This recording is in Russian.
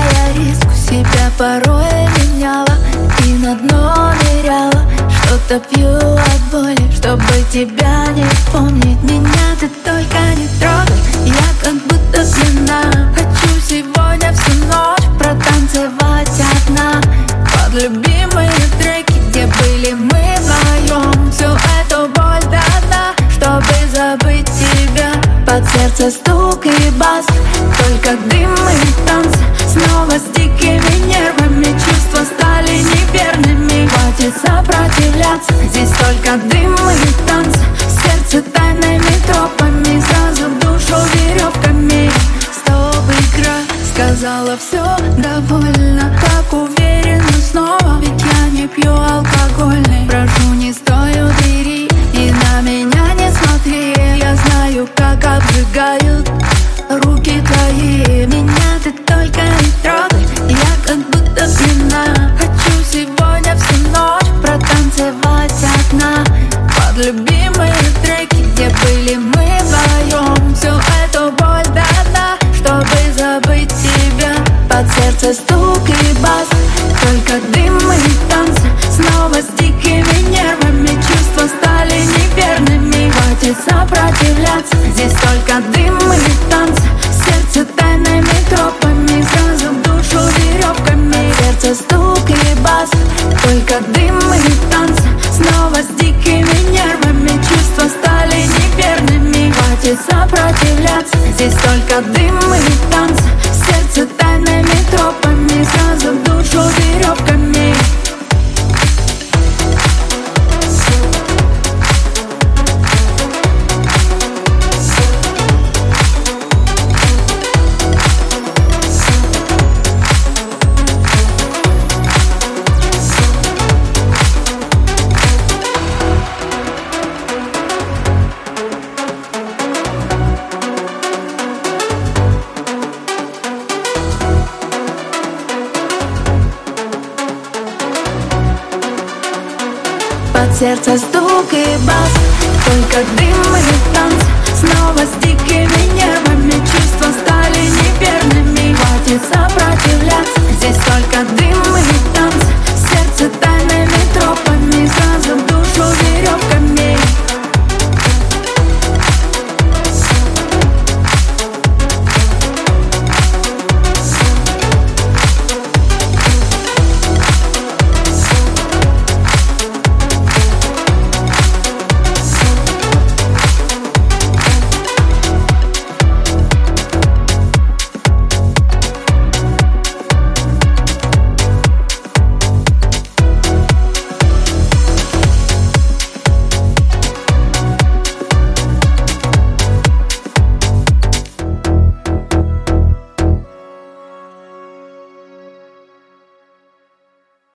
я риску себя порой меняла и на дно ныряла. Что-то пью от боли, чтобы тебя не помнить. Меня ты только не трогай, я как будто пьяна. Хочу сегодня всю ночь протанцевать одна под любимые треки, где были мы вдвоем. Всю эту боль до дна, чтобы забыть тебя. Под сердце стук и бас, только дым и танцы. Снова с дикими нервами чувства стали неверными. Хватит сопротивляться, здесь только дым и танцы. Сердце тайными тропами, сразу в душу веревками. Стоп, игра, сказала все, довольно. Так уверенно снова, ведь я не пью алкогольный. Прошу, не стой у двери и на меня не смотри. Я знаю, как обжигают руки твои. Меня ты только не трогай, я как будто пьяна. Хочу сегодня всю ночь протанцевать одна под любимые треки, где были мы вдвоем. Всю эту боль до дна, чтобы забыть тебя. Под сердце стук и бас, только дым и танцы. Снова с дикими нервами чувства стали неверными. Хватит сопротивляться, здесь только дым и танцы. Сердце тайными тропами, сразу в душу веревками. Сердце стук и бас, только дым и танцы. Снова с дикими нервами чувства стали неверными. Хватит сопротивляться, здесь только дым и танцы. Сердце тайными тропами, сразу в душу веревками. Под сердце стук и бас, только дым и танцы. Снова с дикими нервами чувства стали неверными. Хватит сопротивляться,